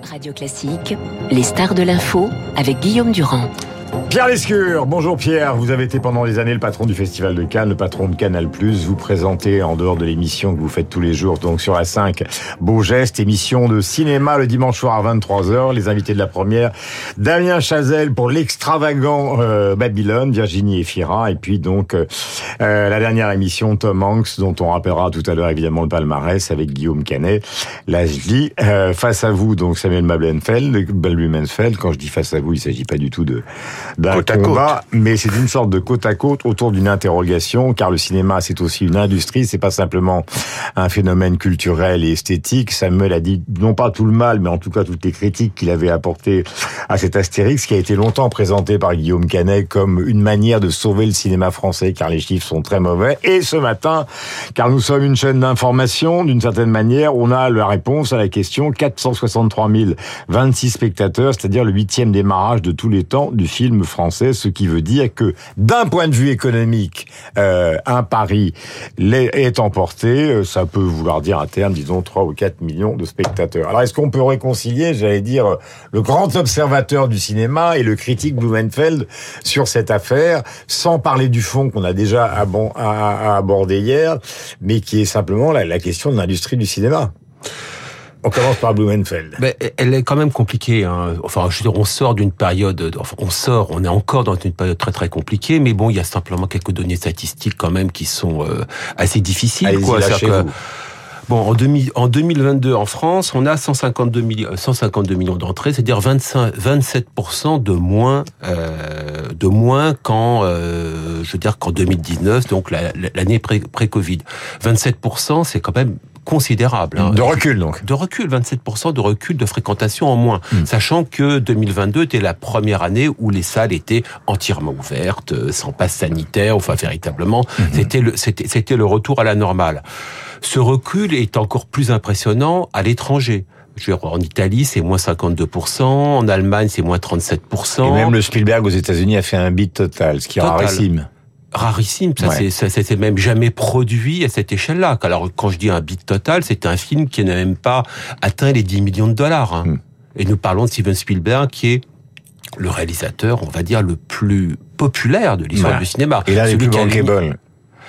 Radio Classique, les stars de l'info avec Guillaume Durand. Pierre Lescure, bonjour Pierre, vous avez été pendant des années le patron du Festival de Cannes, le patron de Canal+, vous présentez en dehors de l'émission que vous faites tous les jours, donc sur la 5, Beau Geste, émission de cinéma le dimanche soir à 23h, les invités de la première, Damien Chazelle pour l'extravagant Babylone, Virginie Efira, et puis donc la dernière émission, Tom Hanks, dont on rappellera tout à l'heure évidemment le palmarès avec Guillaume Canet, la vie face à vous, donc Samuel Blumenfeld, quand je dis face à vous, il s'agit pas du tout d'un combat, mais c'est une sorte de côte à côte autour d'une interrogation, car le cinéma c'est aussi une industrie, c'est pas simplement un phénomène culturel et esthétique. Samuel a dit non pas tout le mal, mais en tout cas toutes les critiques qu'il avait apportées à cet Astérix, qui a été longtemps présenté par Guillaume Canet comme une manière de sauver le cinéma français, car les chiffres sont très mauvais. Et ce matin, car nous sommes une chaîne d'information, d'une certaine manière, on a la réponse à la question 463 026 spectateurs, c'est-à-dire le 8e démarrage de tous les temps du film français, ce qui veut dire que d'un point de vue économique, un pari est emporté, ça peut vouloir dire à terme, disons 3 ou 4 millions de spectateurs. Alors est-ce qu'on peut réconcilier, j'allais dire, le grand observateur du cinéma et le critique Blumenfeld sur cette affaire, sans parler du fond qu'on a déjà abordé hier, mais qui est simplement la question de l'industrie du cinéma? On commence par Blumenfeld. Ben, elle est quand même compliquée. Hein. Enfin, je veux dire, on sort d'une période. On est encore dans une période très très compliquée. Mais bon, il y a simplement quelques données statistiques quand même qui sont assez difficiles. Allez-y, quoi. Lâchez-vous. Bon, en 2022 en France, on a 152 millions d'entrées, c'est-à-dire 27% de moins qu'en 2019, donc l'année pré-Covid. 27%, c'est quand même considérable. Hein. De recul, donc. De recul, 27% de recul de fréquentation en moins. Sachant que 2022 était la première année où les salles étaient entièrement ouvertes, sans passe sanitaire, enfin, véritablement, c'était le retour à la normale. Ce recul est encore plus impressionnant à l'étranger. En Italie, c'est moins 52%, en Allemagne, c'est moins 37%. Et même le Spielberg aux États-Unis a fait un beat total, ce qui est rarissime. Rarissime, ça s'était même jamais produit à cette échelle-là. Alors, quand je dis un beat total, c'est un film qui n'a même pas atteint les 10 millions de dollars. Hein. Et nous parlons de Steven Spielberg, qui est le réalisateur, on va dire, le plus populaire de l'histoire du cinéma. Et l'un des plus bankable.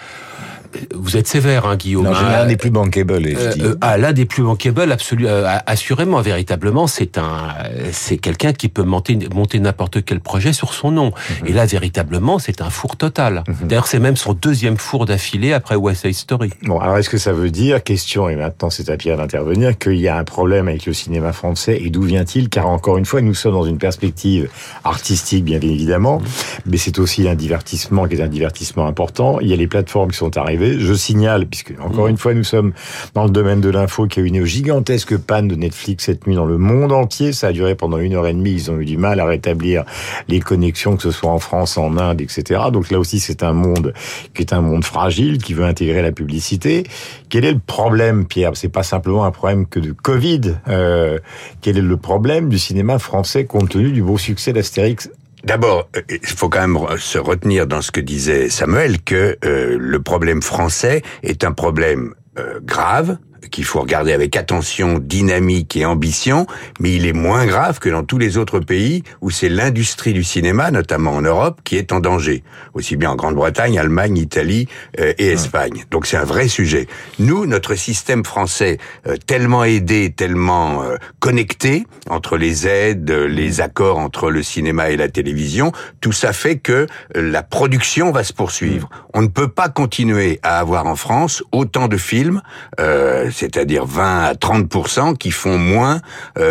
Vous êtes sévère, hein, Guillaume. Non, l'un des plus bankable, l'un des plus bankable, assurément, véritablement, c'est quelqu'un qui peut monter n'importe quel projet sur son nom. Et là, véritablement, c'est un four total. D'ailleurs, c'est même son deuxième four d'affilée après West Side Story. Bon, alors est-ce que ça veut dire, question, et maintenant c'est à Pierre d'intervenir, qu'il y a un problème avec le cinéma français, et d'où vient-il? Car encore une fois, nous sommes dans une perspective artistique, bien évidemment, mais c'est aussi un divertissement qui est un divertissement important. Il y a les plateformes qui sont arrivées. Je signale, puisque encore une fois nous sommes dans le domaine de l'info, qu'il y a eu une gigantesque panne de Netflix cette nuit dans le monde entier. Ça a duré pendant 1h30. Ils ont eu du mal à rétablir les connexions, que ce soit en France, en Inde, etc. Donc là aussi, c'est un monde qui est un monde fragile, qui veut intégrer la publicité. Quel est le problème, Pierre? C'est pas simplement un problème que de Covid. Quel est le problème du cinéma français compte tenu du beau succès d'Astérix? D'abord, il faut quand même se retenir dans ce que disait Samuel, que le problème français est un problème grave, qu'il faut regarder avec attention, dynamique et ambition, mais il est moins grave que dans tous les autres pays où c'est l'industrie du cinéma, notamment en Europe, qui est en danger. Aussi bien en Grande-Bretagne, Allemagne, Italie et Espagne. Donc c'est un vrai sujet. Nous, notre système français, tellement aidé, tellement connecté, entre les aides, les accords entre le cinéma et la télévision, tout ça fait que la production va se poursuivre. On ne peut pas continuer à avoir en France autant de films, c'est-à-dire 20 à 30% qui font moins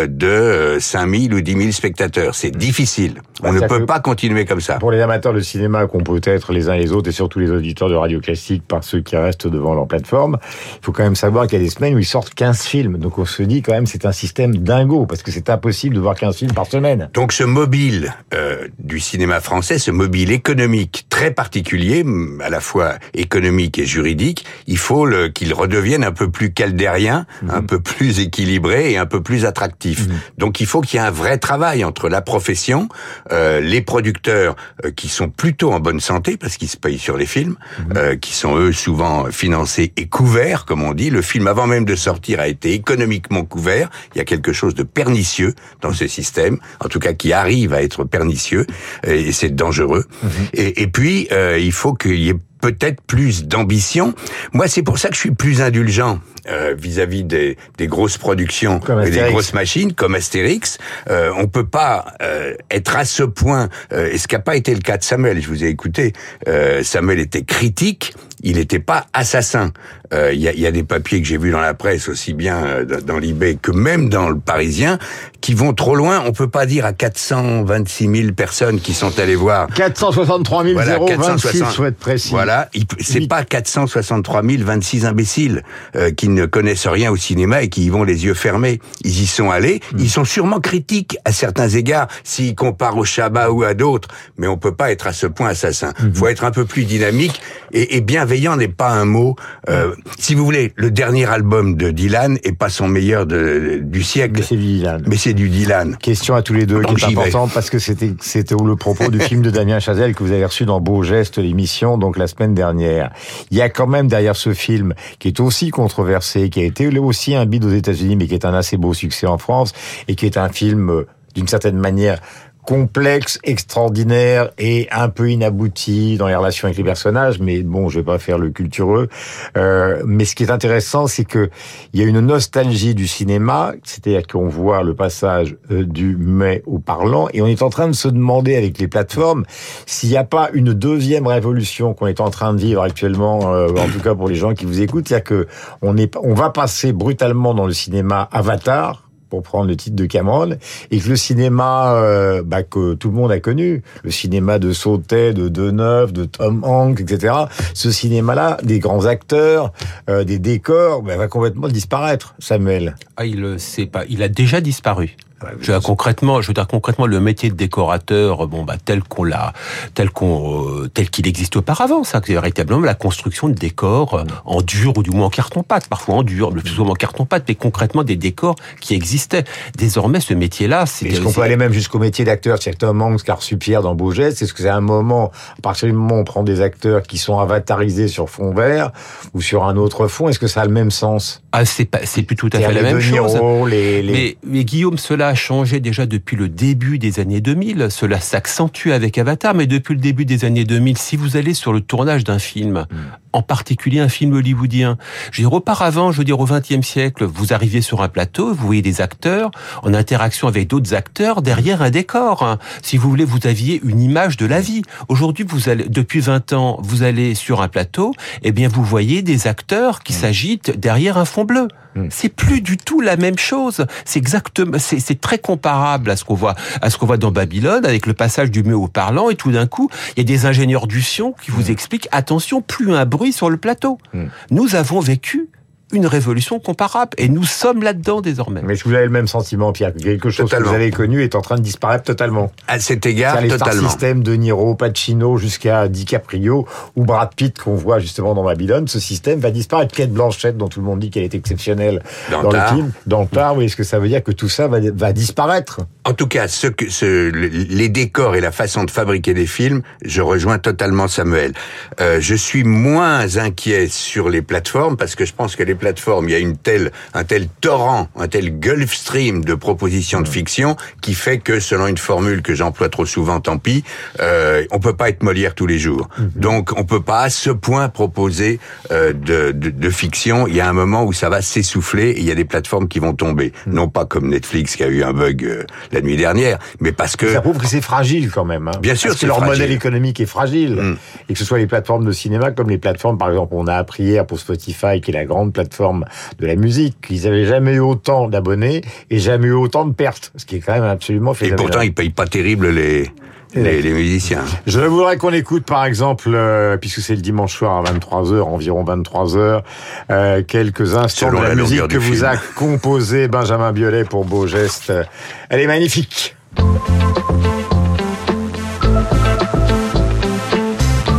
de 5 000 ou 10 000 spectateurs. C'est difficile. On ne peut pas continuer comme ça. Pour les amateurs de cinéma qu'on peut être les uns les autres, et surtout les auditeurs de Radio Classique, par ceux qui restent devant leur plateforme, il faut quand même savoir qu'il y a des semaines où ils sortent 15 films. Donc on se dit quand même c'est un système dingo, parce que c'est impossible de voir 15 films par semaine. Donc ce mobile du cinéma français, ce mobile économique très particulier, à la fois économique et juridique. Il faut qu'il redevienne un peu plus caldérien, un peu plus équilibré et un peu plus attractif. Donc il faut qu'il y ait un vrai travail entre la profession, les producteurs qui sont plutôt en bonne santé parce qu'ils se payent sur les films, qui sont eux souvent financés et couverts, comme on dit. Le film, avant même de sortir, a été économiquement couvert. Il y a quelque chose de pernicieux dans ce système, en tout cas qui arrive à être pernicieux, et c'est dangereux. Et puis, il faut qu'il y ait peut-être plus d'ambition. Moi, c'est pour ça que je suis plus indulgent vis-à-vis des grosses productions et des grosses machines comme Astérix. On peut pas être à ce point, et ce qui n'a pas été le cas de Samuel. Je vous ai écouté. Samuel était critique. Il n'était pas assassin. Il y a des papiers que j'ai vus dans la presse, aussi bien dans l'eBay que même dans le Parisien, qui vont trop loin. On peut pas dire à 426 000 personnes qui sont allées voir. 463 026, faut être précis. Voilà, c'est pas 463 026 imbéciles qui ne connaissent rien au cinéma et qui y vont les yeux fermés. Ils y sont allés. Ils sont sûrement critiques à certains égards s'ils comparent au Chabat ou à d'autres, mais on peut pas être à ce point assassin. Faut être un peu plus dynamique et bienveillant n'est pas un mot. Si vous voulez, le dernier album de Dylan est pas son meilleur du siècle. Mais c'est du Dylan. Mais c'est du Dylan. Question à tous les deux, qui est importante parce que c'était le propos du film de Damien Chazelle que vous avez reçu dans Beau Geste, l'émission, donc la semaine dernière. Il y a quand même derrière ce film, qui est aussi controversé, qui a été aussi un bide aux États-Unis, mais qui est un assez beau succès en France, et qui est un film, d'une certaine manière, complexe, extraordinaire et un peu inabouti dans les relations avec les personnages, mais bon, je vais pas faire le cultureux. Mais ce qui est intéressant, c'est que il y a une nostalgie du cinéma, c'est-à-dire qu'on voit le passage du muet au parlant, et on est en train de se demander avec les plateformes s'il n'y a pas une deuxième révolution qu'on est en train de vivre actuellement, en tout cas pour les gens qui vous écoutent, c'est-à-dire que on va passer brutalement dans le cinéma Avatar, pour prendre le titre de Cameron, et que le cinéma que tout le monde a connu, le cinéma de Sautet, de Deneuve, de Tom Hanks, etc., ce cinéma-là, des grands acteurs, des décors, va complètement disparaître, Samuel. Ah, il a déjà disparu. Je veux dire concrètement, le métier de décorateur, tel qu'il existe auparavant, ça, c'est véritablement la construction de décors en dur ou du moins en carton-pâte, parfois en dur, le plus souvent en carton-pâte, mais concrètement des décors qui existaient. Désormais, ce métier-là, est-ce qu'on peut aller même jusqu'au métier d'acteur, c'est Tom Hanks qui a reçu Pierre dans Beau Geste, est-ce que c'est un moment, à partir du moment où on prend des acteurs qui sont avatarisés sur fond vert ou sur un autre fond, est-ce que ça a le même sens? Ah, c'est plus tout à fait la même chose. Mais Guillaume, cela a changé déjà depuis le début des années 2000. Cela s'accentue avec Avatar, mais depuis le début des années 2000, si vous allez sur le tournage d'un film, en particulier un film hollywoodien, auparavant, au XXe siècle, vous arriviez sur un plateau, vous voyez des acteurs en interaction avec d'autres acteurs derrière un décor. Si vous voulez, vous aviez une image de la vie. Aujourd'hui, depuis 20 ans, vous allez sur un plateau, vous voyez des acteurs qui s'agitent derrière un fond bleu. C'est plus du tout la même chose. C'est très comparable à ce qu'on voit dans Babylone, avec le passage du muet au parlant, et tout d'un coup, il y a des ingénieurs du son qui vous expliquent, attention, plus un bruit sur le plateau. Nous avons vécu une révolution comparable, et nous sommes là-dedans désormais. Mais est-ce que vous avez le même sentiment, Pierre, que quelque chose que vous avez connu est en train de disparaître totalement? À cet égard, totalement. Les totalement. système de Niro, Pacino, jusqu'à DiCaprio, ou Brad Pitt, qu'on voit justement dans Babylone, ce système va disparaître. Kate Blanchett, dont tout le monde dit qu'elle est exceptionnelle dans le film, dans le Tar, oui, est-ce que ça veut dire que tout ça va disparaître? En tout cas, les décors et la façon de fabriquer des films, je rejoins totalement Samuel. Je suis moins inquiet sur les plateformes, parce que je pense que les plateformes, il y a un tel torrent, un tel Gulf Stream de propositions de fiction qui fait que, selon une formule que j'emploie trop souvent, tant pis, on peut pas être Molière tous les jours. Donc, on peut pas à ce point proposer de fiction. Il y a un moment où ça va s'essouffler et il y a des plateformes qui vont tomber. Non pas comme Netflix qui a eu un bug la nuit dernière, mais parce que... Ça prouve que c'est fragile quand même. Bien sûr, parce que leur modèle économique est fragile. Et que ce soit les plateformes de cinéma comme les plateformes, par exemple, on a appris hier pour Spotify, qui est la grande plateforme de la musique, qu'ils n'avaient jamais eu autant d'abonnés et jamais eu autant de pertes, ce qui est quand même absolument phénoménal. Et pourtant, ils payent pas terrible les musiciens. Je voudrais qu'on écoute, par exemple, puisque c'est le dimanche soir à 23h, environ 23h, quelques instants de la musique que vous a composé Benjamin Biolay pour Beau Geste. Elle est magnifique.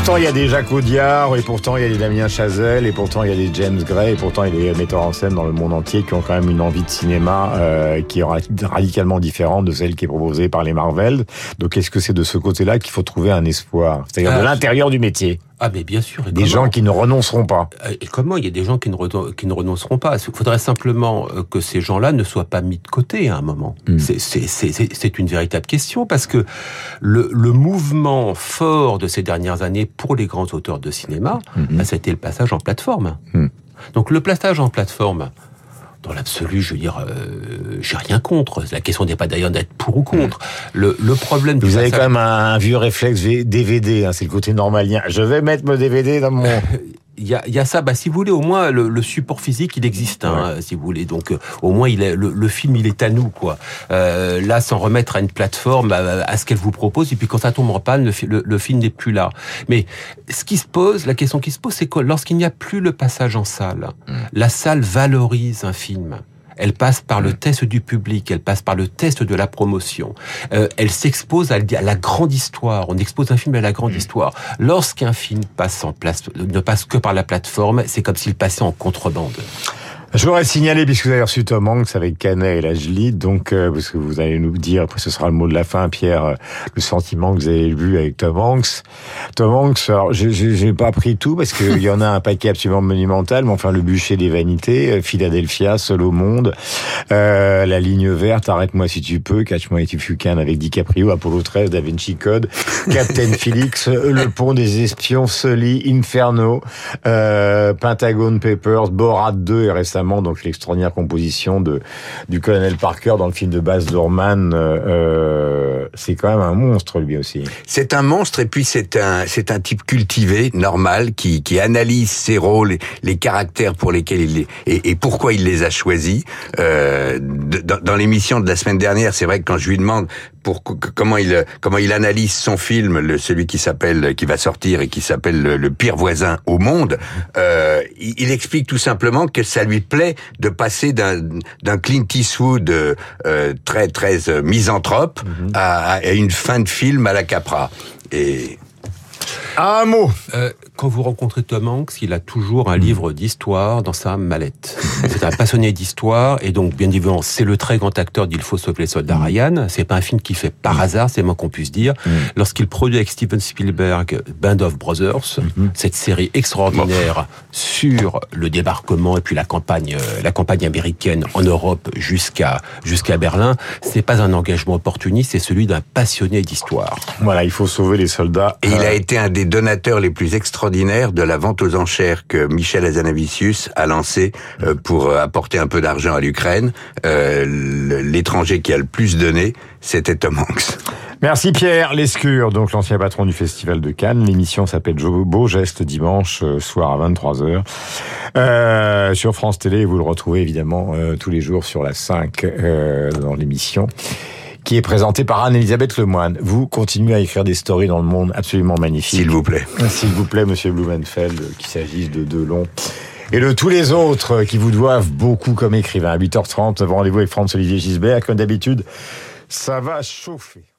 pourtant, il y a des Jacques Audiard, et pourtant, il y a des Damien Chazelle, et pourtant, il y a des James Gray, et pourtant, il y a des metteurs en scène dans le monde entier qui ont quand même une envie de cinéma qui est radicalement différente de celle qui est proposée par les Marvel. Donc, est-ce que c'est de ce côté-là qu'il faut trouver un espoir? C'est-à-dire de l'intérieur du métier? Ah, mais bien sûr. Des gens qui ne renonceront pas. Et comment? Il y a des gens qui ne renonceront pas. Il faudrait simplement que ces gens-là ne soient pas mis de côté à un moment. C'est une véritable question, parce que le mouvement fort de ces dernières années pour les grands auteurs de cinéma, c'était le passage en plateforme. Donc le passage en plateforme, dans l'absolu, je veux dire, j'ai rien contre. La question n'est pas d'ailleurs d'être pour ou contre. Le problème du Vous avez passage... quand même un vieux réflexe DVD, hein, c'est le côté normalien. Je vais mettre mon DVD dans mon... Il y a ça, si vous voulez, au moins le support physique il existe, si vous voulez. Donc au moins le film il est à nous, quoi. Là, s'en remettre à une plateforme, à ce qu'elle vous propose, et puis quand ça tombe en panne, le film n'est plus là. Mais la question qui se pose, c'est que lorsqu'il n'y a plus le passage en salle, la salle valorise un film. Elle passe par le test du public, elle passe par le test de la promotion. Elle s'expose à la grande histoire. On expose un film à la grande histoire. Lorsqu'un film ne passe que par la plateforme, c'est comme s'il passait en contrebande. Je voudrais signaler, puisque vous avez reçu Tom Hanks avec Canet et Lajli, donc, parce que vous allez nous dire, après ce sera le mot de la fin, Pierre, le sentiment que vous avez vu avec Tom Hanks. Tom Hanks, alors, j'ai pas appris tout, parce qu'il y en a un paquet absolument monumental, mais enfin, Le Bûcher des Vanités, Philadelphia, Seul au monde, La Ligne Verte, Arrête-moi si tu peux, Catch Me If You Can avec DiCaprio, Apollo 13, Da Vinci Code, Captain Felix, Le Pont des Espions, Sully, Inferno, Pentagon Papers, Borat 2 et récemment donc l'extraordinaire composition du colonel Parker dans le film de Baz Luhrmann. C'est quand même un monstre, lui aussi. C'est un monstre, et puis c'est un type cultivé, normal, qui analyse ses rôles, les caractères pour lesquels et pourquoi il les a choisis. Dans l'émission de la semaine dernière, c'est vrai que quand je lui demande comment il analyse son film, celui qui va sortir et qui s'appelle Le pire voisin au monde, il explique tout simplement que ça lui plaît de passer d'un Clint Eastwood très très misanthrope à une fin de film à la Capra. Et un mot. Quand vous rencontrez Tom Hanks, il a toujours un livre d'histoire dans sa mallette. C'est un passionné d'histoire, et donc, bien évidemment, c'est le très grand acteur d'Il faut sauver le soldat Ryan. C'est pas un film qu'il fait par hasard, c'est moins qu'on puisse dire. Lorsqu'il produit avec Steven Spielberg Band of Brothers, cette série extraordinaire sur le débarquement et puis la campagne américaine en Europe jusqu'à Berlin, c'est pas un engagement opportuniste, c'est celui d'un passionné d'histoire. Voilà, il faut sauver les soldats. Et il a été un des donateurs les plus extraordinaires de la vente aux enchères que Michel Hazanavicius a lancé pour apporter un peu d'argent à l'Ukraine. L'étranger qui a le plus donné, c'était Tom Hanks. Merci Pierre Lescure, donc l'ancien patron du Festival de Cannes. L'émission s'appelle Beau Geste, dimanche soir à 23h sur France Télé. Vous le retrouvez évidemment tous les jours sur la 5 dans l'émission, qui est présenté par Anne-Elisabeth Lemoine. Vous continuez à écrire des stories dans le monde absolument magnifiques. S'il vous plaît. S'il vous plaît, monsieur Blumenfeld, qu'il s'agisse de Delon et de tous les autres qui vous doivent beaucoup comme écrivain. À 8h30, rendez-vous avec Franz-Olivier Gisbert. Comme d'habitude, ça va chauffer.